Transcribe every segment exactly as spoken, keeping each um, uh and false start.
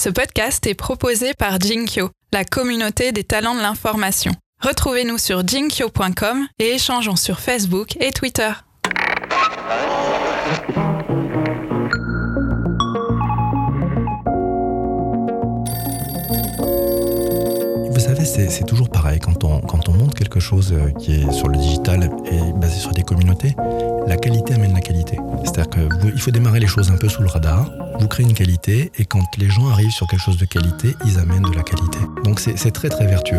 Ce podcast est proposé par Jinkyo, la communauté des talents de l'information. Retrouvez-nous sur jinkyo point com et échangeons sur Facebook et Twitter. Vous savez, c'est, c'est toujours pareil. Quand on, quand on monte quelque chose qui est sur le digital et basé sur des communautés, la qualité amène la qualité. C'est-à-dire qu'il faut démarrer les choses un peu sous le radar, vous créez une qualité, et quand les gens arrivent sur quelque chose de qualité, ils amènent de la qualité. Donc c'est, c'est très très vertueux.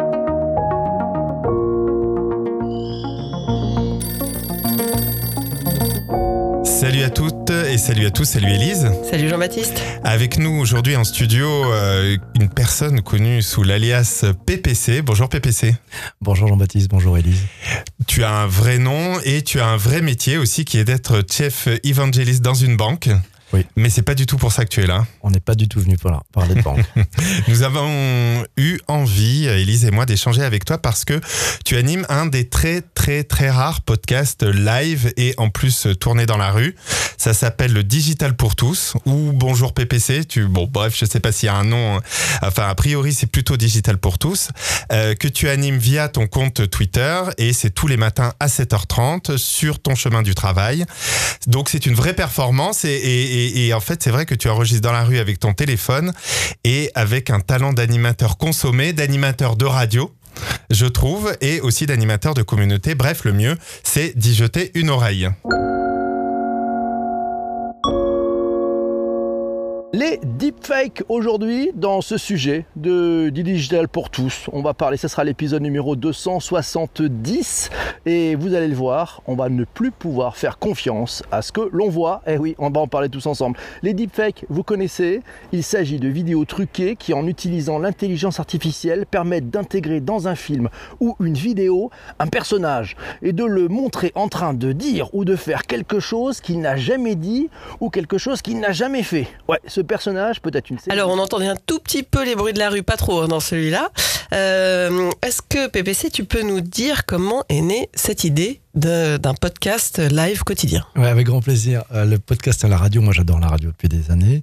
Salut à toutes et salut à tous, salut Élise. Salut Jean-Baptiste. Avec nous aujourd'hui en studio, euh, une personne connue sous l'alias P P C. Bonjour P P C. Bonjour Jean-Baptiste, bonjour Élise. Tu as un vrai nom et tu as un vrai métier aussi qui est d'être chef évangéliste dans une banque. Oui. Mais c'est pas du tout pour ça que tu es là. On n'est pas du tout venu pour parler de banque. Nous avons eu envie, Élise et moi, d'échanger avec toi parce que tu animes un des très très très rares podcasts live et en plus tourné dans la rue. Ça s'appelle le Digital pour tous ou Bonjour P P C. Tu, bon, bref, je sais pas s'il y a un nom. Enfin, a priori, c'est plutôt Digital pour tous euh, que tu animes via ton compte Twitter et c'est tous les matins à sept heures trente sur ton chemin du travail. Donc, c'est une vraie performance et, et Et, et en fait, c'est vrai que tu enregistres dans la rue avec ton téléphone et avec un talent d'animateur consommé, d'animateur de radio, je trouve, et aussi d'animateur de communauté. Bref, le mieux, c'est d'y jeter une oreille. Les deepfakes aujourd'hui dans ce sujet de, du digital pour tous. On va parler, ce sera l'épisode numéro deux cent soixante-dix et vous allez le voir, on va ne plus pouvoir faire confiance à ce que l'on voit. Eh oui, on va en parler tous ensemble. Les deepfakes, vous connaissez, il s'agit de vidéos truquées qui, en utilisant l'intelligence artificielle, permettent d'intégrer dans un film ou une vidéo un personnage et de le montrer en train de dire ou de faire quelque chose qu'il n'a jamais dit ou quelque chose qu'il n'a jamais fait. Ouais, ce personnage peut être une série. Alors on entendait un tout petit peu les bruits de la rue, pas trop hein, dans celui-là. Euh, est-ce que P P C, tu peux nous dire comment est née cette idée de, d'un podcast live quotidien ? Ouais, avec grand plaisir. Euh, le podcast à la radio, moi j'adore la radio depuis des années.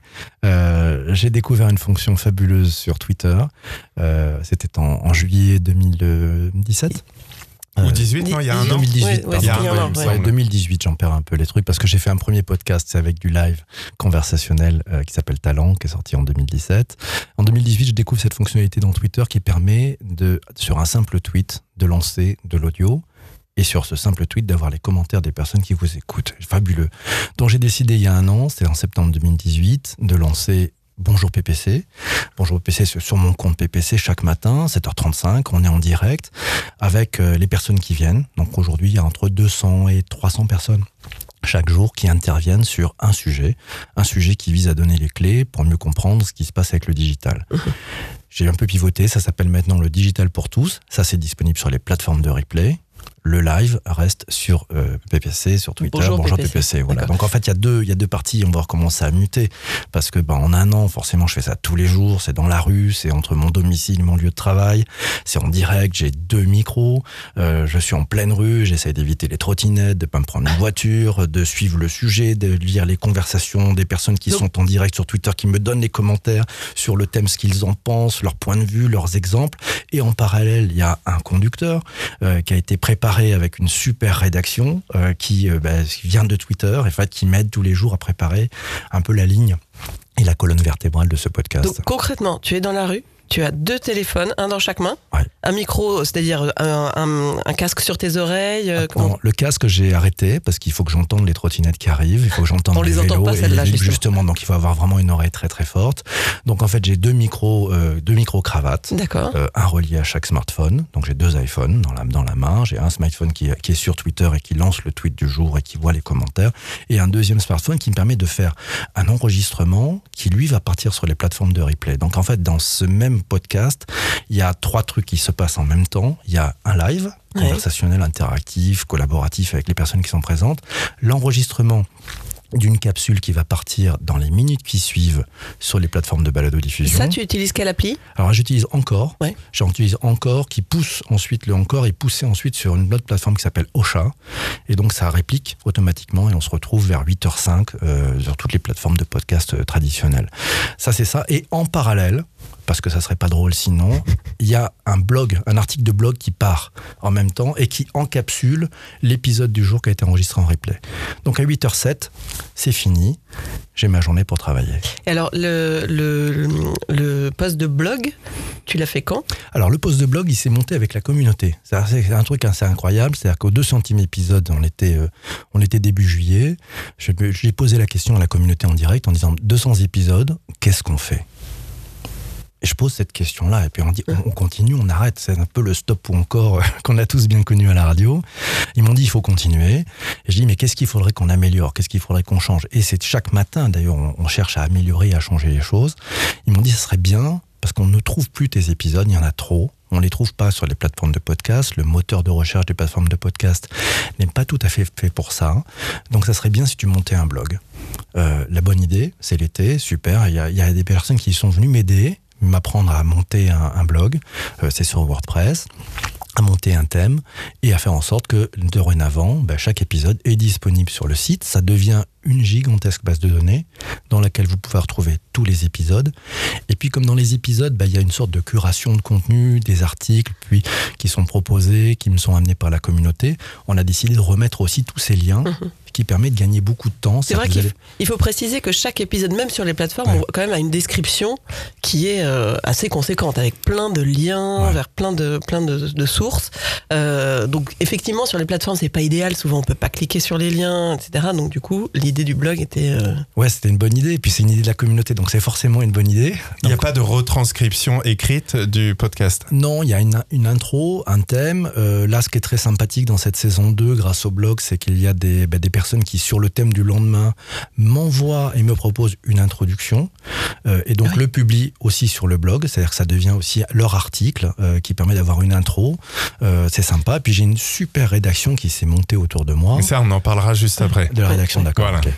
Euh, j'ai découvert une fonction fabuleuse sur Twitter. Euh, c'était en, en juillet deux mille dix-sept. Ou dix-huit, non, il y a un an. deux mille dix-huit, ouais, pardon. ouais, il y a un an, Ouais, ouais. deux mille dix-huit, j'en perds un peu les trucs parce que j'ai fait un premier podcast, c'est avec du live conversationnel euh, qui s'appelle Talent, qui est sorti en deux mille dix-sept. En deux mille dix-huit, je découvre cette fonctionnalité dans Twitter qui permet de, sur un simple tweet, de lancer de l'audio. Et sur ce simple tweet, d'avoir les commentaires des personnes qui vous écoutent. Fabuleux. Donc j'ai décidé il y a un an, c'était en septembre deux mille dix-huit, de lancer Bonjour P P C. Bonjour P P C sur mon compte P P C chaque matin, sept heures trente-cinq, on est en direct avec les personnes qui viennent. Donc aujourd'hui, il y a entre deux cents et trois cents personnes chaque jour qui interviennent sur un sujet, un sujet qui vise à donner les clés pour mieux comprendre ce qui se passe avec le digital. Mmh. J'ai un peu pivoté, ça s'appelle maintenant le Digital pour tous. Ça, c'est disponible sur les plateformes de replay. Le live reste sur euh, P P C, sur Twitter. Bonjour, Bonjour P P C. P P C. Voilà. D'accord. Donc en fait, il y a deux, il y a deux parties. On va voir comment ça a muté. Parce que ben, en un an, forcément, je fais ça tous les jours. C'est dans la rue, c'est entre mon domicile et mon lieu de travail. C'est en direct. J'ai deux micros. Euh, je suis en pleine rue. J'essaie d'éviter les trottinettes, de pas me prendre une voiture, de suivre le sujet, de lire les conversations des personnes qui Donc, sont en direct sur Twitter, qui me donnent les commentaires sur le thème, ce qu'ils en pensent, leur point de vue, leurs exemples. Et en parallèle, il y a un conducteur euh, qui a été préparé avec une super rédaction euh, qui, euh, bah, qui vient de Twitter et en fait, qui m'aide tous les jours à préparer un peu la ligne et la colonne vertébrale de ce podcast. Donc concrètement, tu es dans la rue, tu as deux téléphones, un dans chaque main, ouais. un micro, c'est-à-dire un, un, un casque sur tes oreilles. Euh, comment... Non, le casque, j'ai arrêté parce qu'il faut que j'entende les trottinettes qui arrivent, il faut que j'entende On les, les vélos entend pas, et celles-là, les justement. justement. Donc il faut avoir vraiment une oreille très très forte. Donc en fait, j'ai deux micros, euh, deux micros cravates, D'accord. Euh, un relié à chaque smartphone. Donc j'ai deux iPhones dans la dans la main. J'ai un smartphone qui, qui est sur Twitter et qui lance le tweet du jour et qui voit les commentaires, et un deuxième smartphone qui me permet de faire un enregistrement qui lui va partir sur les plateformes de replay. Donc en fait, dans ce même podcast, il y a trois trucs qui se passent en même temps. Il y a un live conversationnel, interactif, collaboratif avec les personnes qui sont présentes. L'enregistrement d'une capsule qui va partir dans les minutes qui suivent sur les plateformes de balado-diffusion. Ça, tu utilises quelle appli ? Alors, j'utilise Encore. Ouais. J'utilise Encore qui pousse ensuite le Encore et poussé ensuite sur une autre plateforme qui s'appelle Ocha. Et donc, ça réplique automatiquement et on se retrouve vers huit heures cinq euh, sur toutes les plateformes de podcast euh, traditionnelles. Ça, c'est ça. Et en parallèle, parce que ça serait pas drôle sinon, il y a un blog, un article de blog qui part en même temps et qui encapsule l'épisode du jour qui a été enregistré en replay. Donc à huit heures sept, c'est fini, j'ai ma journée pour travailler. Et alors, le, le, le post de blog, tu l'as fait quand ? Alors le post de blog, il s'est monté avec la communauté. C'est, c'est un truc assez incroyable, c'est-à-dire qu'au deux centième épisode, on était, euh, on était début juillet, je, j'ai posé la question à la communauté en direct en disant deux cents épisodes, qu'est-ce qu'on fait ? Et je pose cette question-là, et puis on dit, on, on continue, on arrête. C'est un peu le stop ou encore euh, qu'on a tous bien connu à la radio. Ils m'ont dit, il faut continuer. Et je dis, mais qu'est-ce qu'il faudrait qu'on améliore ? Qu'est-ce qu'il faudrait qu'on change ? Et c'est chaque matin, d'ailleurs, on, on cherche à améliorer et à changer les choses. Ils m'ont dit, ce serait bien, parce qu'on ne trouve plus tes épisodes, il y en a trop. On ne les trouve pas sur les plateformes de podcast. Le moteur de recherche des plateformes de podcast n'est pas tout à fait fait pour ça. Donc ça serait bien si tu montais un blog. Euh, la bonne idée, c'est l'été, super. Il y a, il y a des personnes qui sont venues m'aider, m'apprendre à monter un, un blog, euh, c'est sur WordPress, à monter un thème et à faire en sorte que dorénavant, ben, chaque épisode est disponible sur le site. Ça devient une gigantesque base de données dans laquelle vous pouvez retrouver tous les épisodes. Et puis comme dans les épisodes, ben, il y a une sorte de curation de contenu, des articles puis qui sont proposés, qui me sont amenés par la communauté. On a décidé de remettre aussi tous ces liens. Mmh. Qui permet de gagner beaucoup de temps. C'est vrai qu'il allez... il faut préciser que chaque épisode, même sur les plateformes, ouais. on quand même a une description qui est euh, assez conséquente, avec plein de liens ouais. vers plein de, plein de, de sources. Euh, donc effectivement, sur les plateformes, c'est pas idéal. Souvent, on peut pas cliquer sur les liens, et cetera. Donc du coup, l'idée du blog était... Euh... Ouais, c'était une bonne idée. Et puis c'est une idée de la communauté, donc c'est forcément une bonne idée. Il n'y a pas de retranscription écrite du podcast ? Non, il y a une, une intro, un thème. Euh, là, ce qui est très sympathique dans cette saison deux, grâce au blog, c'est qu'il y a des, bah, des personnes qui, sur le thème du lendemain, m'envoient et me proposent une introduction. Euh, et donc, ah oui. le publient aussi sur le blog. C'est-à-dire que ça devient aussi leur article euh, qui permet d'avoir une intro. Euh, c'est sympa. Puis, j'ai une super rédaction qui s'est montée autour de moi. Et ça, on en parlera juste après. De la rédaction, ouais. d'accord. Voilà. Okay.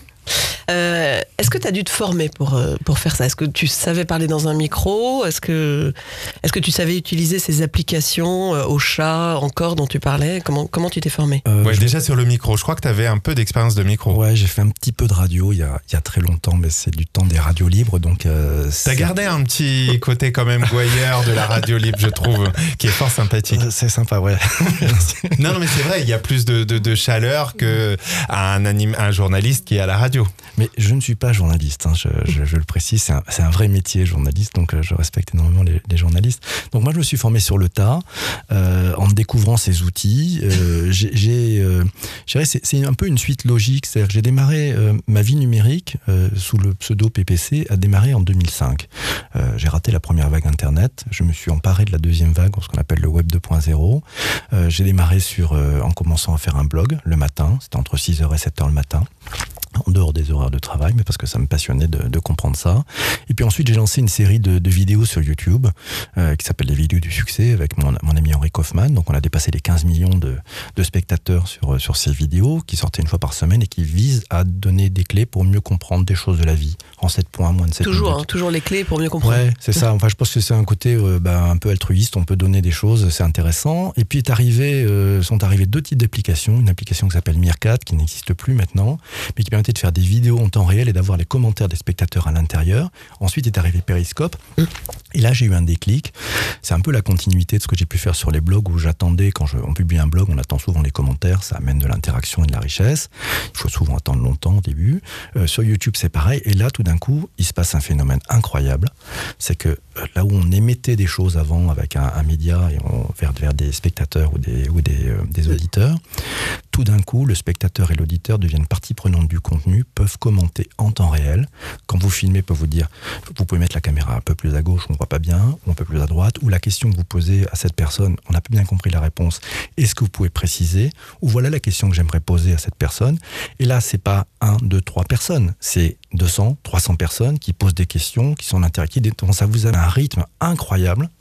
Euh, est-ce que tu as dû te former pour, pour faire ça ? Est-ce que tu savais parler dans un micro ? Est-ce que, est-ce que tu savais utiliser ces applications, euh, Ocha, Encore, dont tu parlais ? Comment, comment tu t'es formé ? euh, ouais, je... Déjà sur le micro, je crois que tu avais un peu d'expérience de micro. Ouais, j'ai fait un petit peu de radio il y a, il y a très longtemps, mais c'est du temps des radios libres. Donc, euh, t'as gardé un petit côté quand même gouailleur de la radio libre, je trouve, qui est fort sympathique. Euh, c'est sympa, ouais. non, non, mais c'est vrai, il y a plus de, de, de chaleur qu'un anime, un journaliste qui est à la radio. Mais je ne suis pas journaliste, hein, je, je, je le précise, c'est un, c'est un vrai métier journaliste, donc euh, je respecte énormément les, les journalistes. Donc moi je me suis formé sur le tas, euh, en découvrant ces outils. Euh, j'ai, j'ai, euh, c'est, c'est un peu une suite logique, c'est-à-dire que j'ai démarré euh, ma vie numérique euh, sous le pseudo P P C, a démarré en deux mille cinq. Euh, j'ai raté la première vague Internet, je me suis emparé de la deuxième vague, ce qu'on appelle le Web deux point zéro. Euh, j'ai démarré sur, euh, en commençant à faire un blog le matin, c'était entre six heures et sept heures le matin. En dehors des horaires de travail, mais parce que ça me passionnait de, de comprendre ça. Et puis ensuite, j'ai lancé une série de, de vidéos sur YouTube euh, qui s'appelle Les Vidéos du Succès avec mon, mon ami Henri Kaufmann. Donc on a dépassé les quinze millions de, de spectateurs sur, sur ces vidéos qui sortaient une fois par semaine et qui visent à donner des clés pour mieux comprendre des choses de la vie en sept points, moins de sept toujours, minutes. Hein, toujours les clés pour mieux comprendre. Ouais, c'est ça. Enfin, je pense que c'est un côté euh, bah, un peu altruiste. On peut donner des choses, c'est intéressant. Et puis est arrivé, euh, sont arrivés deux types d'applications. Une application qui s'appelle Meerkat, qui n'existe plus maintenant, mais qui permettait de faire des vidéos en temps réel et d'avoir les commentaires des spectateurs à l'intérieur. Ensuite est arrivé Periscope. Et là, j'ai eu un déclic. C'est un peu la continuité de ce que j'ai pu faire sur les blogs où j'attendais, quand je, on publie un blog, on attend souvent les commentaires, ça amène de l'interaction et de la richesse. Il faut souvent attendre longtemps au début. Euh, sur YouTube, c'est pareil. Et là, tout d'un coup, il se passe un phénomène incroyable. C'est que là où on émettait des choses avant avec un, un média et on, vers, vers des spectateurs ou des, ou des, euh, des auditeurs, tout d'un coup, le spectateur et l'auditeur deviennent partie prenante du contenu, peuvent commenter en temps réel. Quand vous filmez, peuvent vous dire, vous pouvez mettre la caméra un peu plus à gauche, on ne voit pas bien, ou un peu plus à droite, ou la question que vous posez à cette personne, on n'a pas bien compris la réponse, est-ce que vous pouvez préciser, ou voilà la question que j'aimerais poser à cette personne. Et là, c'est pas un, deux, trois personnes, c'est deux cents, trois cents personnes qui posent des questions, qui sont interactives, donc ça vous a un rythme incroyable.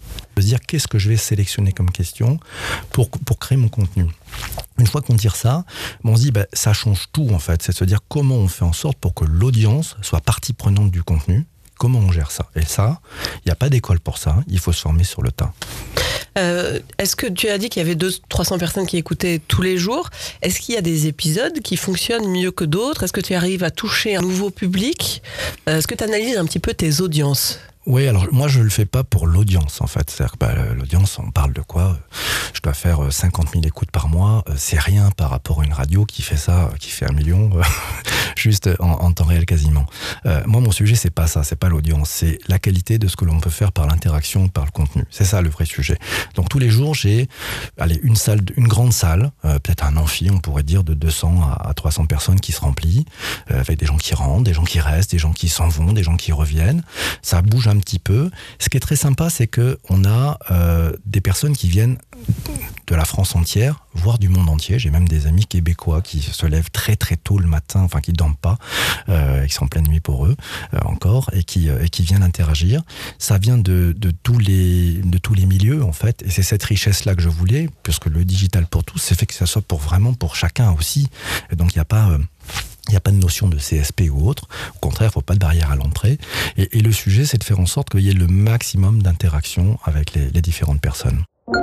De se dire qu'est-ce que je vais sélectionner comme question pour, pour créer mon contenu. Une fois qu'on tire ça, on se dit bah, ça change tout en fait. C'est de se dire comment on fait en sorte pour que l'audience soit partie prenante du contenu. Comment on gère ça? Et ça, il n'y a pas d'école pour ça. Il faut se former sur le tas. Euh, est-ce que tu as dit qu'il y avait deux cents à trois cents personnes qui écoutaient tous les jours? Est-ce qu'il y a des épisodes qui fonctionnent mieux que d'autres? Est-ce que tu arrives à toucher un nouveau public? euh, Est-ce que tu analyses un petit peu tes audiences? Oui, alors moi je le fais pas pour l'audience en fait. C'est-à-dire que bah, l'audience, on parle de quoi? Je dois faire cinquante mille écoutes par mois. C'est rien par rapport à une radio qui fait ça, qui fait un million, juste en, en temps réel quasiment. Euh, moi mon sujet c'est pas ça, c'est pas l'audience, c'est la qualité de ce que l'on peut faire par l'interaction, par le contenu. C'est ça le vrai sujet. Donc tous les jours j'ai, allez, une salle, une grande salle, euh, peut-être un amphi, on pourrait dire de deux cents à trois cents personnes qui se remplit, euh, avec des gens qui rentrent, des gens qui restent, des gens qui s'en vont, des gens qui reviennent. Ça bouge un petit peu. Ce qui est très sympa, c'est que on a euh, des personnes qui viennent de la France entière, voire du monde entier. J'ai même des amis québécois qui se lèvent très très tôt le matin, enfin qui dorment pas, euh, qui sont en pleine nuit pour eux euh, encore, et qui euh, et qui viennent interagir. Ça vient de de tous les de tous les milieux en fait, et c'est cette richesse là que je voulais, puisque le digital pour tous, c'est fait que ça soit pour vraiment pour chacun aussi. Et donc il n'y a pas euh, Il n'y a pas de notion de C S P ou autre. Au contraire, il ne faut pas de barrière à l'entrée. Et, et le sujet, c'est de faire en sorte qu'il y ait le maximum d'interaction avec les, les différentes personnes.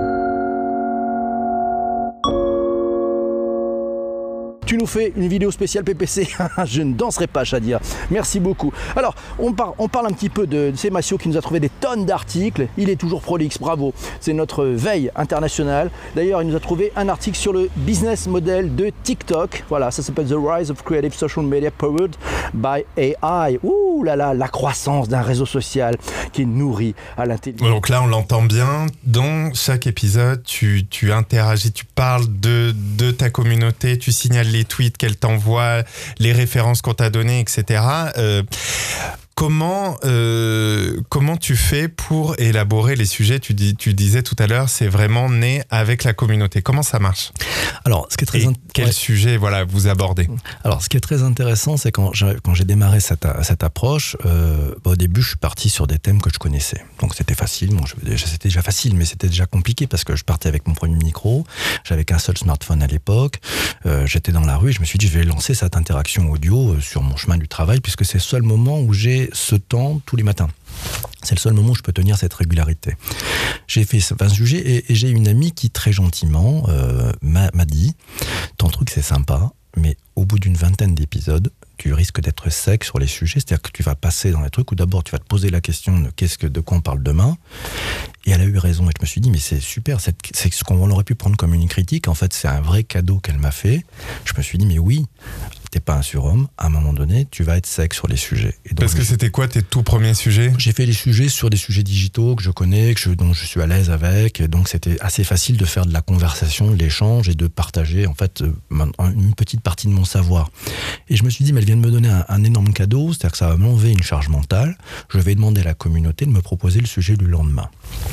Tu nous fais une vidéo spéciale P P C. Je ne danserai pas, Shadia. Merci beaucoup. Alors, on, par, on parle un petit peu de, de c'est Massio qui nous a trouvé des tonnes d'articles. Il est toujours prolixe, bravo. C'est notre veille internationale. D'ailleurs, il nous a trouvé un article sur le business model de TikTok. Voilà, ça s'appelle The Rise of Creative Social Media Powered by A I. Ouh là là, la croissance d'un réseau social qui est nourri à l'intelligence. Donc là, on l'entend bien. Dans chaque épisode, tu, tu interagis, tu parles de, de ta communauté, tu signales les tweets qu'elle t'envoie, les références qu'on t'a données, et cetera. Euh, Comment, euh, comment tu fais pour élaborer les sujets? Tu, dis, tu disais tout à l'heure, c'est vraiment né avec la communauté. Comment ça marche? Alors, ce qui est très Et int- quel ouais. sujet voilà, vous abordez? Alors, ce qui est très intéressant, c'est quand j'ai, quand j'ai démarré cette, cette approche, euh, bah, au début, je suis parti sur des thèmes que je connaissais. Donc, c'était facile. Bon, je, c'était déjà facile, mais c'était déjà compliqué parce que je partais avec mon premier micro. J'avais qu'un seul smartphone à l'époque. Euh, j'étais dans la rue et je me suis dit, je vais lancer cette interaction audio sur mon chemin du travail puisque c'est le seul moment où j'ai ce temps tous les matins. C'est le seul moment où je peux tenir cette régularité. J'ai fait vingt sujets et, et j'ai une amie qui très gentiment euh, m'a, m'a dit « Ton truc c'est sympa, mais au bout d'une vingtaine d'épisodes, tu risques d'être sec sur les sujets, c'est-à-dire que tu vas passer dans les trucs où d'abord tu vas te poser la question de, qu'est-ce que, de quoi on parle demain ?» Et elle a eu raison et je me suis dit « Mais c'est super, c'est, c'est ce qu'on aurait pu prendre comme une critique, en fait c'est un vrai cadeau qu'elle m'a fait. » Je me suis dit « Mais oui, t'es pas un surhomme, à un moment donné, tu vas être sec sur les sujets. » Et donc, Parce que c'était quoi tes tout premiers sujets? J'ai fait les sujets sur des sujets digitaux que je connais, que je, dont je suis à l'aise avec, donc c'était assez facile de faire de la conversation, de l'échange et de partager en fait une petite partie de mon savoir. Et je me suis dit, mais elle vient de me donner un, un énorme cadeau, c'est-à-dire que ça va m'enlever une charge mentale, je vais demander à la communauté de me proposer le sujet du lendemain.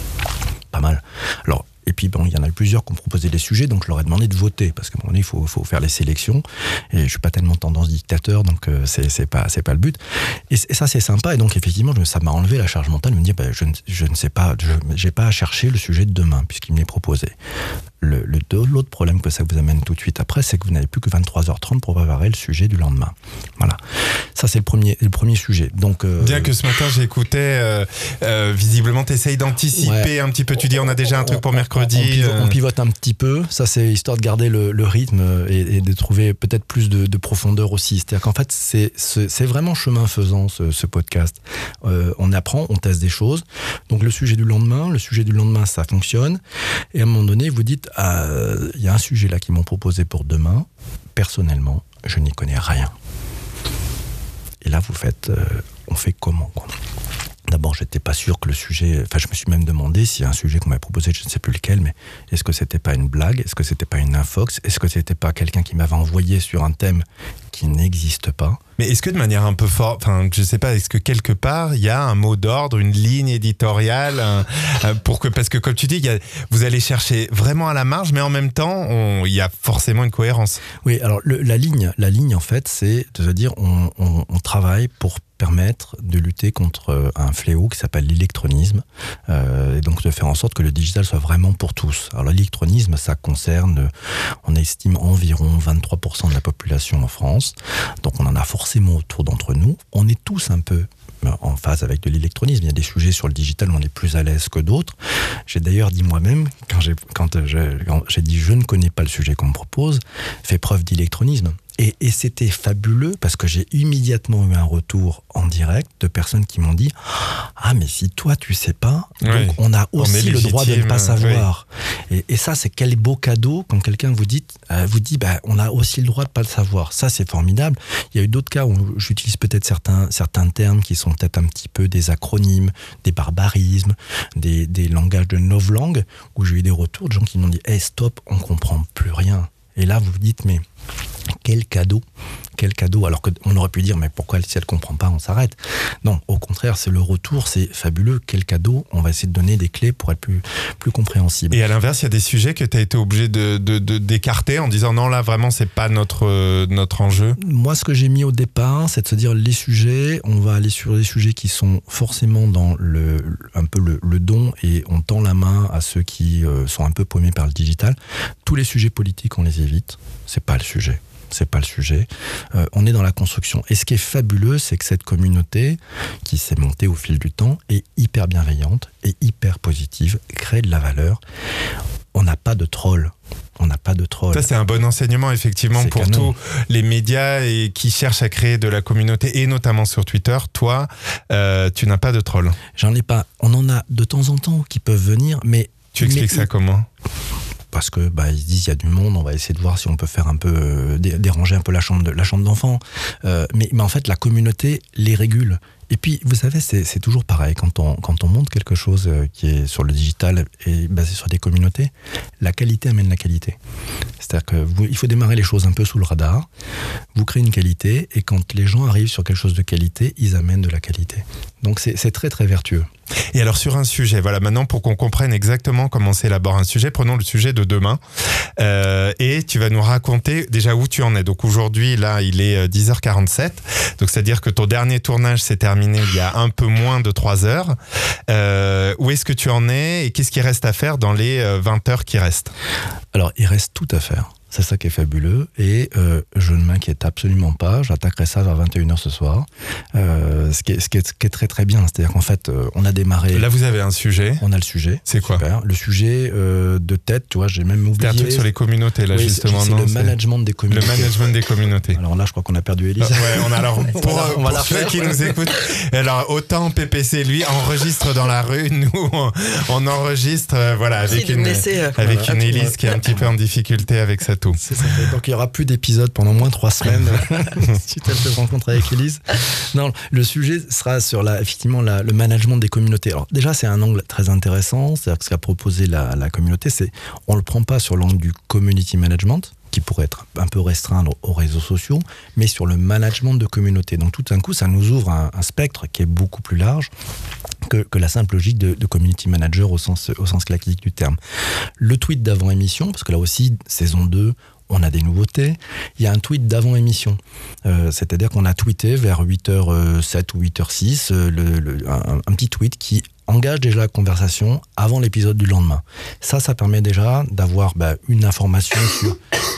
Pas mal. Alors, et puis, bon, il y en a eu plusieurs qui ont proposé des sujets, donc je leur ai demandé de voter, parce qu'à un moment donné, il faut, faut faire les sélections. Et je suis pas tellement tendance dictateur, donc euh, c'est, c'est, pas, c'est pas le but. Et, et ça, c'est sympa. Et donc, effectivement, je, ça m'a enlevé la charge mentale de me dire, bah, je, je ne sais pas, je n'ai pas à chercher le sujet de demain, puisqu'il me l'est proposé. Le, le, l'autre problème que ça vous amène tout de suite après, c'est que vous n'avez plus que vingt-trois heures trente pour préparer le sujet du lendemain. Voilà. Ça, c'est le premier, le premier sujet. Donc, euh, Bien que ce matin, j'écoutais, euh, euh, visiblement, tu essayes d'anticiper ouais. un petit peu. Tu dis, on a déjà un truc pour mercredi. On, pivote, euh... on pivote un petit peu. Ça, c'est histoire de garder le, le rythme et, et de trouver peut-être plus de, de profondeur aussi. C'est-à-dire qu'en fait, c'est, c'est, c'est vraiment chemin faisant, ce, ce podcast. Euh, on apprend, on teste des choses. Donc, le sujet du lendemain, le sujet du lendemain, ça fonctionne. Et à un moment donné, vous dites, il euh, y a un sujet là qu'ils m'ont proposé pour demain. Personnellement, je n'y connais rien. Et là, vous faites, euh, on fait comment, quoi. D'abord, j'étais pas sûr que le sujet... Enfin, je me suis même demandé s'il y a un sujet qu'on m'avait proposé, je ne sais plus lequel, mais est-ce que c'était pas une blague? Est-ce que c'était pas une infox? Est-ce que c'était pas quelqu'un qui m'avait envoyé sur un thème qui n'existe pas? Mais est-ce que de manière un peu forte, enfin, je sais pas, est-ce que quelque part, il y a un mot d'ordre, une ligne éditoriale, un, un, pour que, parce que comme tu dis, il y a, vous allez chercher vraiment à la marge, mais en même temps, on, il y a forcément une cohérence. Oui, alors le, la ligne, la ligne, en fait, c'est de se dire, on, on, on travaille pour permettre de lutter contre un fléau qui s'appelle l'électronisme, euh, et donc de faire en sorte que le digital soit vraiment pour tous. Alors l'électronisme, ça concerne, on estime environ vingt-trois pour cent de la population en France, donc on en a forcément autour d'entre nous. On est tous un peu en phase avec de l'électronisme. Il y a des sujets sur le digital où on est plus à l'aise que d'autres. J'ai d'ailleurs dit moi-même, quand j'ai, quand j'ai, quand j'ai dit je ne connais pas le sujet qu'on me propose, fait preuve d'électronisme. Et, et c'était fabuleux parce que j'ai immédiatement eu un retour en direct de personnes qui m'ont dit « Ah, mais si toi tu sais pas, oui, donc on a aussi on le droit de ne pas savoir. Oui. » Et, et ça, c'est quel beau cadeau quand quelqu'un vous dit, euh, vous dit bah, « On a aussi le droit de ne pas le savoir. » Ça, c'est formidable. Il y a eu d'autres cas où j'utilise peut-être certains, certains termes qui sont peut-être un petit peu des acronymes, des barbarismes, des, des langages de novlangue, où j'ai eu des retours de gens qui m'ont dit « Hey, stop, on ne comprend plus rien. » Et là, vous vous dites « Mais... quel cadeau, quel cadeau, alors qu'on aurait pu dire, mais pourquoi si elle ne comprend pas, on s'arrête. Non, au contraire, c'est le retour, c'est fabuleux, quel cadeau, on va essayer de donner des clés pour être plus, plus compréhensible. Et à l'inverse, il y a des sujets que tu as été obligé de, de, de, d'écarter en disant, non, là, vraiment, c'est pas notre, euh, notre enjeu. Moi, ce que j'ai mis au départ, c'est de se dire, les sujets, on va aller sur les sujets qui sont forcément dans le, un peu le, le don, et on tend la main à ceux qui euh, sont un peu paumés par le digital. Tous les sujets politiques, on les évite, c'est pas le sujet. C'est pas le sujet. Euh, on est dans la construction. Et ce qui est fabuleux, c'est que cette communauté, qui s'est montée au fil du temps, est hyper bienveillante et hyper positive, crée de la valeur. On n'a pas de troll. On n'a pas de troll. Ça, c'est un bon enseignement, effectivement, c'est pour canon. Tous les médias et qui cherchent à créer de la communauté, et notamment sur Twitter. Toi, euh, tu n'as pas de troll. J'en ai pas. On en a de temps en temps qui peuvent venir, mais... Tu expliques mais... ça comment ? Parce que bah ils se disent il y a du monde, on va essayer de voir si on peut faire un peu euh, déranger un peu la chambre de la chambre d'enfant. Euh, mais mais en fait la communauté les régule. Et puis, vous savez, c'est, c'est toujours pareil. Quand on, quand on monte quelque chose qui est sur le digital et basé sur des communautés, la qualité amène la qualité. C'est-à-dire que vous, il faut démarrer les choses un peu sous le radar. Vous créez une qualité et quand les gens arrivent sur quelque chose de qualité, ils amènent de la qualité. Donc, c'est, c'est très, très vertueux. Et alors, sur un sujet, voilà, maintenant, pour qu'on comprenne exactement comment s'élabore un sujet, prenons le sujet de demain. Euh, et tu vas nous raconter déjà où tu en es. Donc, aujourd'hui, là, il est dix heures quarante-sept. Donc, c'est-à-dire que ton dernier tournage s'est terminé il y a un peu moins de trois heures. Euh, où est-ce que tu en es et qu'est-ce qu'il reste à faire dans les vingt heures qui restent ? Alors, il reste tout à faire. C'est ça qui est fabuleux et euh, je ne m'inquiète absolument pas. J'attaquerai ça vers vingt et une heures ce soir. Euh, ce, qui est, ce, qui est, ce qui est très très bien, c'est-à-dire qu'en fait, euh, on a démarré... Là, vous avez un sujet. On a le sujet. C'est quoi ? Super. Le sujet euh, de tête, tu vois, j'ai même oublié... C'était un truc sur les communautés, là, oui, justement. C'est, c'est non, le c'est... management des communautés. Le management des communautés. Alors là, je crois qu'on a perdu Élise. Ouais, on a alors, pour, on va pour ceux qui nous écoutent, alors autant P P C, lui, enregistre dans la rue, nous, on, on enregistre, euh, voilà, avec une, laisser, euh, avec voilà, une Élise qui est un petit peu en difficulté avec sa toux. C'est ça. Donc il n'y aura plus d'épisodes pendant moins de trois semaines suite à cette rencontre avec Élise. Non, le sujet sera sur la, effectivement la, le management des communautés. Alors déjà c'est un angle très intéressant, c'est-à-dire que ce qu'a proposé la, la communauté, c'est on le prend pas sur l'angle du community management, qui pourrait être un peu restreint aux réseaux sociaux, mais sur le management de communauté. Donc tout d'un coup, ça nous ouvre un, un spectre qui est beaucoup plus large que, que la simple logique de, de community manager au sens, au sens classique du terme. Le tweet d'avant-émission, parce que là aussi, saison deux, on a des nouveautés. Il y a un tweet d'avant-émission. Euh, c'est-à-dire qu'on a tweeté vers huit heures sept ou huit heures six euh, le, le, un, un petit tweet qui engage déjà la conversation avant l'épisode du lendemain. Ça, ça permet déjà d'avoir bah, une information sur...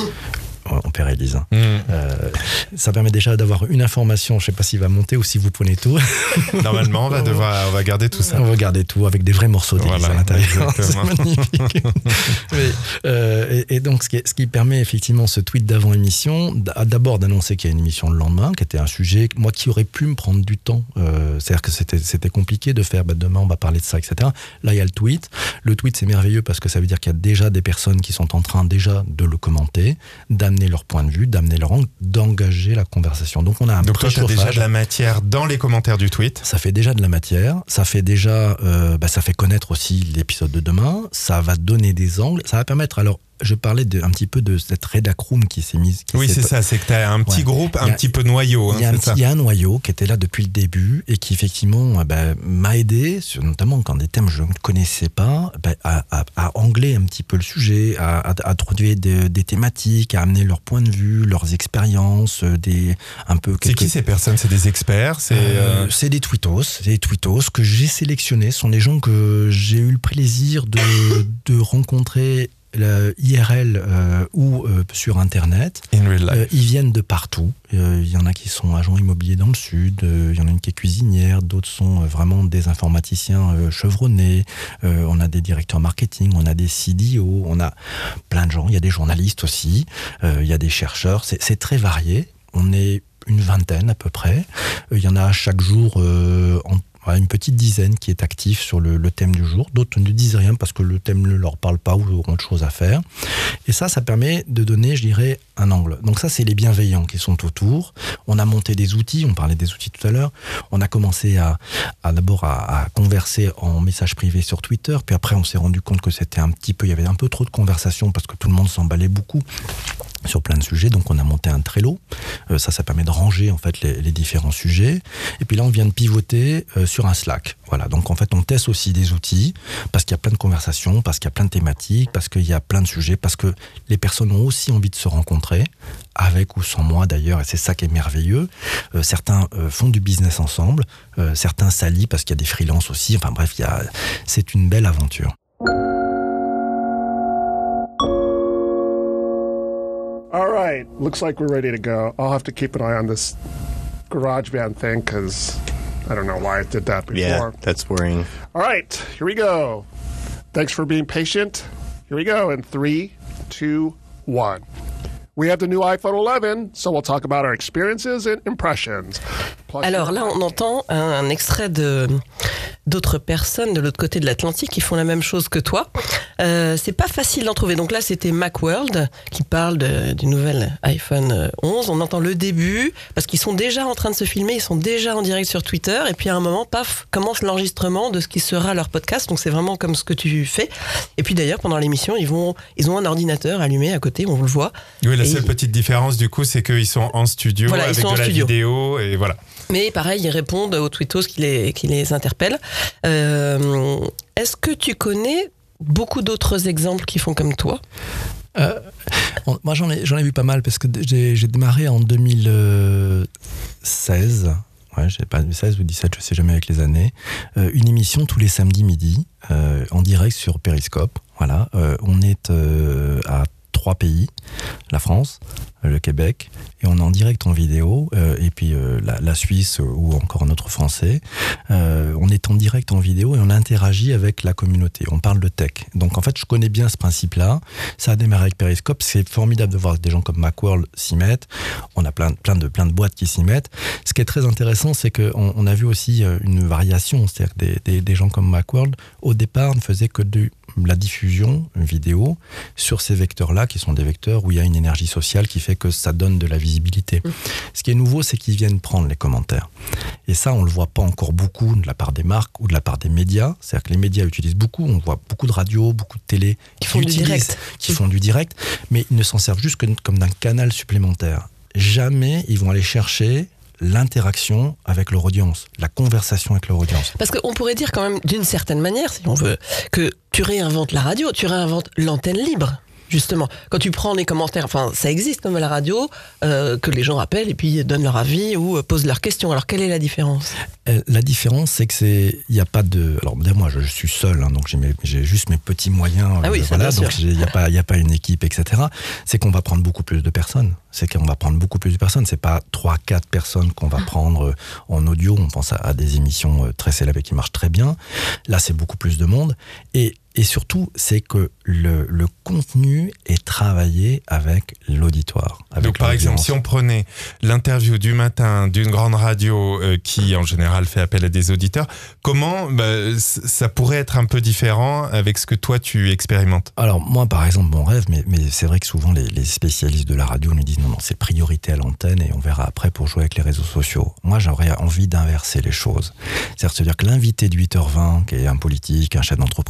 On perd Élise. Hein. Mmh. Euh, ça permet déjà d'avoir une information. Je ne sais pas s'il va monter ou si vous prenez tout. Normalement, on va devoir, on va garder tout ça. On va garder tout avec des vrais morceaux d'Élise voilà, à l'intérieur. C'est magnifique. Mais, euh, et, et donc, ce qui, ce qui permet effectivement ce tweet d'avant-émission, d'abord d'annoncer qu'il y a une émission le lendemain, qui était un sujet, moi, qui aurait pu me prendre du temps. Euh, c'est-à-dire que c'était, c'était compliqué de faire, bah, demain, on va parler de ça, et cetera. Là, il y a le tweet. Le tweet, c'est merveilleux parce que ça veut dire qu'il y a déjà des personnes qui sont en train déjà de le commenter, d'amener leur point de vue, d'amener leur angle, d'engager la conversation. Donc on a un Donc toi, tu as déjà de la matière dans les commentaires du tweet. Ça fait déjà de la matière, ça fait déjà, euh, bah, ça fait connaître aussi l'épisode de demain, ça va donner des angles, ça va permettre alors je parlais de, un petit peu de cette Redacroom qui s'est mise. Qui oui, s'est... c'est ça, c'est que tu as un petit ouais. groupe, un a, petit peu noyau. Il hein, y, y a un noyau qui était là depuis le début et qui effectivement bah, m'a aidé, notamment quand des thèmes je ne connaissais pas, bah, à, à, à angler un petit peu le sujet, à, à, à trouver des, des thématiques, à amener leur point de vue, leurs expériences, des, un peu... C'est quelques... qui ces personnes? C'est des experts? C'est, euh... euh, c'est des tweetos, c'est des tweetos que j'ai sélectionnés. Ce sont des gens que j'ai eu le plaisir de, de rencontrer la I R L euh, ou euh, sur Internet. In real life. Euh, ils viennent de partout. Il euh, y en a qui sont agents immobiliers dans le sud, il euh, y en a une qui est cuisinière, d'autres sont euh, vraiment des informaticiens euh, chevronnés, euh, on a des directeurs marketing, on a des C D O, on a plein de gens, il y a des journalistes aussi, il euh, y a des chercheurs, c'est, c'est très varié. On est une vingtaine à peu près. Il euh, y en a chaque jour euh, en une petite dizaine qui est active sur le, le thème du jour. D'autres ne disent rien parce que le thème ne leur parle pas ou ont autre chose à faire. Et ça, ça permet de donner, je dirais, un angle. Donc ça, c'est les bienveillants qui sont autour. On a monté des outils, on parlait des outils tout à l'heure. On a commencé à, à d'abord à, à converser en message privé sur Twitter. Puis après, on s'est rendu compte que c'était un petit peu, il y avait un peu trop de conversations parce que tout le monde s'emballait beaucoup sur plein de sujets, donc on a monté un Trello. Euh, ça, ça permet de ranger en fait les, les différents sujets. Et puis là, on vient de pivoter euh, sur un Slack. Voilà. Donc en fait, on teste aussi des outils parce qu'il y a plein de conversations, parce qu'il y a plein de thématiques, parce qu'il y a plein de sujets, parce que les personnes ont aussi envie de se rencontrer, avec ou sans moi d'ailleurs. Et c'est ça qui est merveilleux. Euh, certains euh, font du business ensemble, euh, certains s'allient parce qu'il y a des freelances aussi. Enfin bref, il y a... c'est une belle aventure. All right, looks like we're ready to go. I'll have to keep an eye on this GarageBand thing because I don't know why it did that before. Yeah, that's worrying. All right, here we go. Thanks for being patient. Here we go in three, two, one. We have the new iPhone eleven, so we'll talk about our experiences and impressions. Plus Alors là, on entend un, un extrait de, d'autres personnes de l'autre côté de l'Atlantique qui font la même chose que toi. Euh, c'est pas facile d'en trouver. Donc là, c'était Macworld qui parle de, du nouvel iPhone onze. On entend le début parce qu'ils sont déjà en train de se filmer, ils sont déjà en direct sur Twitter. Et puis à un moment, paf, commence l'enregistrement de ce qui sera leur podcast. Donc c'est vraiment comme ce que tu fais. Et puis d'ailleurs, pendant l'émission, ils vont, ils ont un ordinateur allumé à côté, on le voit. Oui, la seule ils... petite différence du coup, c'est qu'ils sont en studio voilà, avec de la studio. vidéo et voilà. Mais pareil, ils répondent aux tweetos qui les, qui les interpellent. Euh, est-ce que tu connais beaucoup d'autres exemples qui font comme toi ? euh, on, Moi, j'en ai, j'en ai vu pas mal parce que j'ai, j'ai démarré en deux mille seize. Ouais, j'ai pas seize ou dix-sept, je sais jamais avec les années. Euh, une émission tous les samedis midi euh, en direct sur Periscope. Voilà, euh, on est euh, à trois pays, la France, le Québec, et on est en direct en vidéo, euh, et puis euh, la, la Suisse ou encore un autre français. Euh, on est en direct en vidéo et on interagit avec la communauté. On parle de tech. Donc en fait, je connais bien ce principe-là. Ça a démarré avec Periscope. C'est formidable de voir des gens comme Macworld s'y mettent. On a plein, plein, de, plein de boîtes qui s'y mettent. Ce qui est très intéressant, c'est qu'on on a vu aussi une variation. C'est-à-dire que des, des, des gens comme Macworld, au départ, ne faisaient que de la diffusion vidéo sur ces vecteurs-là, qui sont des vecteurs où il y a une énergie sociale qui fait que ça donne de la visibilité. Mmh. Ce qui est nouveau, c'est qu'ils viennent prendre les commentaires. Et ça, on ne le voit pas encore beaucoup de la part des marques ou de la part des médias. C'est-à-dire que les médias utilisent beaucoup. On voit beaucoup de radios, beaucoup de télé qui, qui font utilisent, du direct. qui mmh. font du direct, mais ils ne s'en servent juste que, comme d'un canal supplémentaire. Jamais ils vont aller chercher l'interaction avec leur audience, la conversation avec leur audience. Parce qu'on pourrait dire quand même, d'une certaine manière, si on veut, que tu réinventes la radio, tu réinventes l'antenne libre. Justement, quand tu prends les commentaires, enfin, ça existe comme à la radio, euh, que les gens appellent et puis donnent leur avis ou euh, posent leurs questions. Alors, quelle est la différence ? euh, La différence, c'est que c'est, il n'y a pas de. Alors, moi, je suis seul, hein, donc j'ai, mes, j'ai juste mes petits moyens. Ah oui, euh, ça voilà, bien donc sûr. il n'y a pas, il n'y a pas une équipe, et cetera. C'est qu'on va prendre beaucoup plus de personnes. C'est qu'on va prendre beaucoup plus de personnes. C'est pas trois, quatre personnes qu'on va prendre en audio. On pense à, à des émissions très célèbres et qui marchent très bien. Là, c'est beaucoup plus de monde. Et Et surtout, c'est que le, le contenu est travaillé avec l'auditoire. Avec Donc, par exemple, si on prenait l'interview du matin d'une grande radio euh, qui, en général, fait appel à des auditeurs, comment bah, ça pourrait être un peu différent avec ce que toi, tu expérimentes ? Alors, moi, par exemple, mon rêve, mais, mais c'est vrai que souvent, les, les spécialistes de la radio nous disent non, non, c'est priorité à l'antenne et on verra après pour jouer avec les réseaux sociaux. Moi, j'aurais envie d'inverser les choses. C'est-à-dire se dire que l'invité de huit heures vingt, qui est un politique, un chef d'entreprise, et cetera,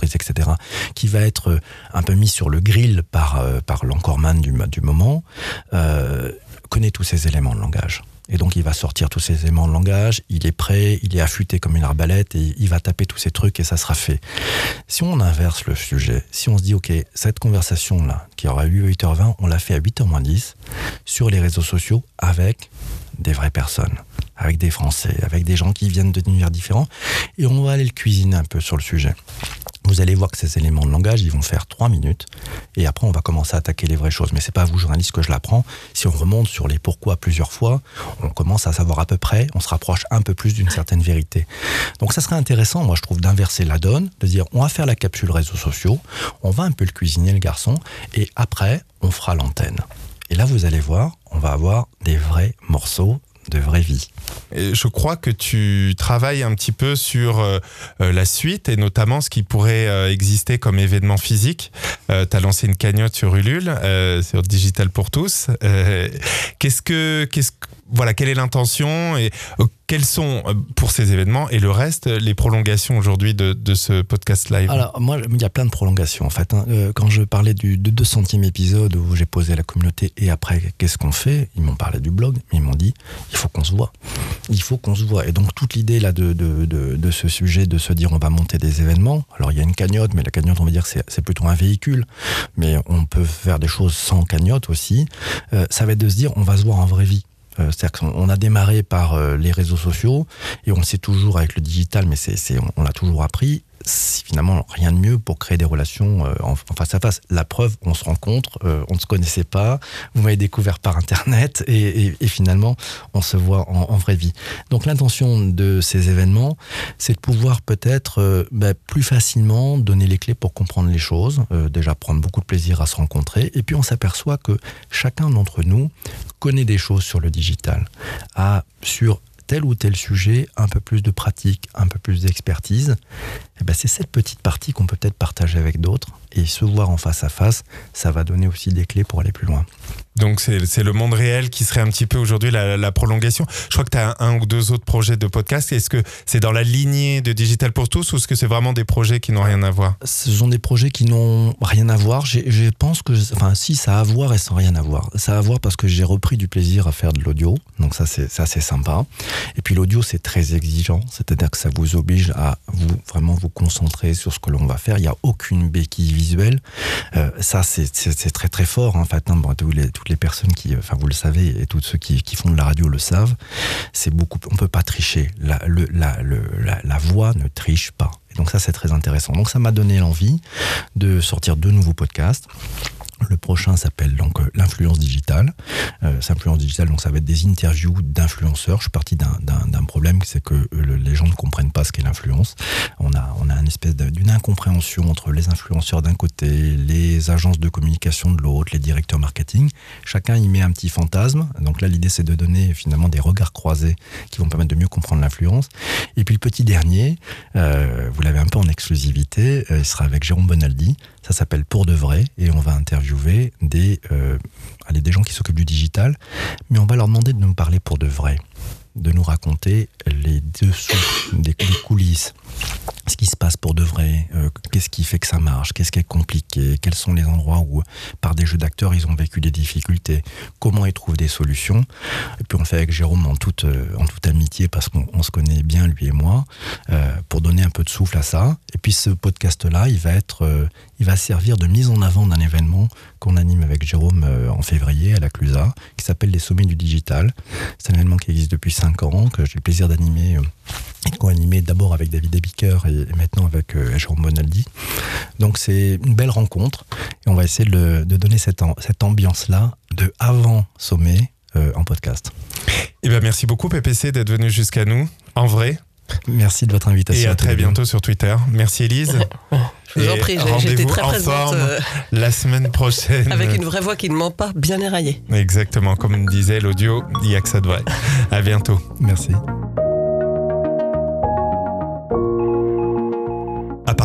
cetera, qui va être un peu mis sur le grill par, euh, par l'encoreman du, du moment, euh, connaît tous ces éléments de langage. Et donc, il va sortir tous ces éléments de langage, il est prêt, il est affûté comme une arbalète et il va taper tous ces trucs et ça sera fait. Si on inverse le sujet, si on se dit, OK, cette conversation-là, qui aura eu huit heures vingt, on l'a fait à huit heures moins dix, sur les réseaux sociaux avec des vraies personnes, avec des Français, avec des gens qui viennent d'univers différents, et on va aller le cuisiner un peu sur le sujet. Vous allez voir que ces éléments de langage, ils vont faire trois minutes, et après on va commencer à attaquer les vraies choses. Mais c'est pas à vous, journalistes, que je l'apprends. Si on remonte sur les pourquoi plusieurs fois, on commence à savoir à peu près, on se rapproche un peu plus d'une certaine vérité. Donc ça serait intéressant, moi je trouve, d'inverser la donne, de dire on va faire la capsule réseaux sociaux, on va un peu le cuisiner, le garçon, et après on fera l'antenne. Et là vous allez voir, on va avoir des vrais morceaux de vraie vie. Et je crois que tu travailles un petit peu sur euh, la suite et notamment ce qui pourrait euh, exister comme événement physique. Euh, tu as lancé une cagnotte sur Ulule, euh, sur Digital pour tous. Euh, qu'est-ce que, qu'est-ce que, voilà, quelle est l'intention et euh, quels sont, euh, pour ces événements et le reste, les prolongations aujourd'hui de, de ce podcast live? Alors, moi, il y a plein de prolongations, en fait. Hein. Euh, quand je parlais du de deux centième épisode où j'ai posé à la communauté et après, qu'est-ce qu'on fait? Ils m'ont parlé du blog, mais ils m'ont dit, il faut qu'on se voit. Il faut qu'on se voit. Et donc, toute l'idée là de, de, de, de ce sujet, de se dire, on va monter des événements. Alors, il y a une cagnotte, mais la cagnotte, on va dire, c'est, c'est plutôt un véhicule. Mais on peut faire des choses sans cagnotte aussi. Euh, ça va être de se dire, on va se voir en vraie vie. Euh, c'est-à-dire qu'on a démarré par euh, les réseaux sociaux et on le sait toujours avec le digital, mais c'est, c'est, on, on l'a toujours appris. C'est finalement rien de mieux pour créer des relations euh, en, en face à face. La preuve, on se rencontre, euh, on ne se connaissait pas, vous m'avez découvert par Internet et, et, et finalement, on se voit en, en vraie vie. Donc l'intention de ces événements, c'est de pouvoir peut-être euh, bah, plus facilement donner les clés pour comprendre les choses, euh, déjà prendre beaucoup de plaisir à se rencontrer, et puis on s'aperçoit que chacun d'entre nous connaît des choses sur le digital, a sur tel ou tel sujet, un peu plus de pratique, un peu plus d'expertise, et ben c'est cette petite partie qu'on peut peut-être partager avec d'autres et se voir en face à face, ça va donner aussi des clés pour aller plus loin. Donc c'est, c'est le monde réel qui serait un petit peu aujourd'hui la, la prolongation. Je crois que tu as un, un ou deux autres projets de podcast. Est-ce que c'est dans la lignée de Digital pour tous ou est-ce que c'est vraiment des projets qui n'ont rien à voir? Ce sont des projets qui n'ont rien à voir. J'ai, je pense que, enfin si, ça a à voir et sans rien à voir. Ça a à voir parce que j'ai repris du plaisir à faire de l'audio. Donc ça c'est, ça, c'est sympa. Et puis l'audio c'est très exigeant. C'est-à-dire que ça vous oblige à vous vraiment vous concentrer sur ce que l'on va faire. Il n'y a aucune béquille visuelle. Euh, ça c'est, c'est, c'est très très fort en fait. Hein. Bon, tous les, toutes les personnes qui, enfin vous le savez, et tous ceux qui, qui font de la radio le savent, c'est beaucoup, on peut pas tricher. La, le, la, le, la, la voix ne triche pas. Et donc ça c'est très intéressant. Donc ça m'a donné l'envie de sortir deux nouveaux podcasts. Le prochain s'appelle donc euh, l'influence digitale. Euh, c'est l'influence digitale, donc ça va être des interviews d'influenceurs. Je suis parti d'un, d'un, d'un problème, c'est que euh, les gens ne comprennent pas ce qu'est l'influence. On a, on a une espèce de, d'une incompréhension entre les influenceurs d'un côté, les agences de communication de l'autre, les directeurs marketing. Chacun y met un petit fantasme. Donc là, l'idée, c'est de donner finalement des regards croisés qui vont permettre de mieux comprendre l'influence. Et puis le petit dernier, euh, vous l'avez un peu en exclusivité, euh, il sera avec Jérôme Bonaldi. Ça s'appelle Pour de vrai et on va interviewer des, euh, allez, des gens qui s'occupent du digital, mais on va leur demander de nous parler pour de vrai, de nous raconter les dessous, des, des coulisses, ce qui se passe pour de vrai, euh, qu'est-ce qui fait que ça marche, qu'est-ce qui est compliqué, quels sont les endroits où, par des jeux d'acteurs, ils ont vécu des difficultés, comment ils trouvent des solutions. Et puis on le fait avec Jérôme en toute, euh, en toute amitié parce qu'on on se connaît bien, lui et moi, euh, pour donner un peu de souffle à ça. Et puis ce podcast-là, il va être, euh, il va servir de mise en avant d'un événement qu'on anime avec Jérôme euh, en février à la Clusa, qui s'appelle les Sommets du Digital. C'est un événement qui existe depuis cinq ans, que j'ai le plaisir d'animer euh, et co-animé d'abord avec David Ebiker et, et maintenant avec euh, Jérôme Bonaldi. Donc c'est une belle rencontre et on va essayer de, de donner cette, cette ambiance-là de avant sommet euh, en podcast. Eh ben merci beaucoup P P C d'être venu jusqu'à nous, en vrai. Merci de votre invitation. Et à très bientôt sur Twitter. Merci Elise. Je vous en prie, j'ai, j'étais très présente euh, la semaine prochaine. Avec une vraie voix qui ne ment pas, bien éraillée. Exactement, comme disait l'audio, il n'y a que ça de vrai. À bientôt. Merci. À partir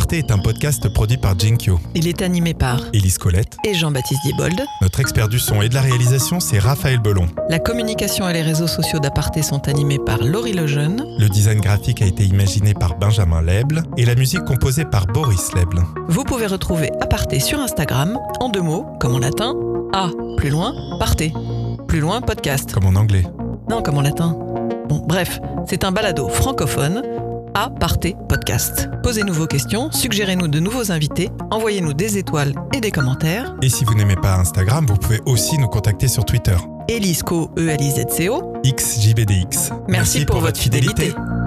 Aparté est un podcast produit par Jinkyo. Il est animé par Élise Colette et Jean-Baptiste Diebold. Notre expert du son et de la réalisation, c'est Raphaël Belon. La communication et les réseaux sociaux d'Aparté sont animés par Laurie Lejeune. Le design graphique a été imaginé par Benjamin Leble et la musique composée par Boris Leble. Vous pouvez retrouver Aparté sur Instagram, en deux mots, comme en latin, A, plus loin, Parté. Plus loin, podcast. Comme en anglais. Non, comme en latin. Bon, bref, c'est un balado francophone, Aparté podcast. Posez-nous vos questions, suggérez-nous de nouveaux invités, envoyez-nous des étoiles et des commentaires. Et si vous n'aimez pas Instagram, vous pouvez aussi nous contacter sur Twitter. Elisco, E L I Z C O. X J B D X. Merci, Merci pour, pour votre fidélité. fidélité.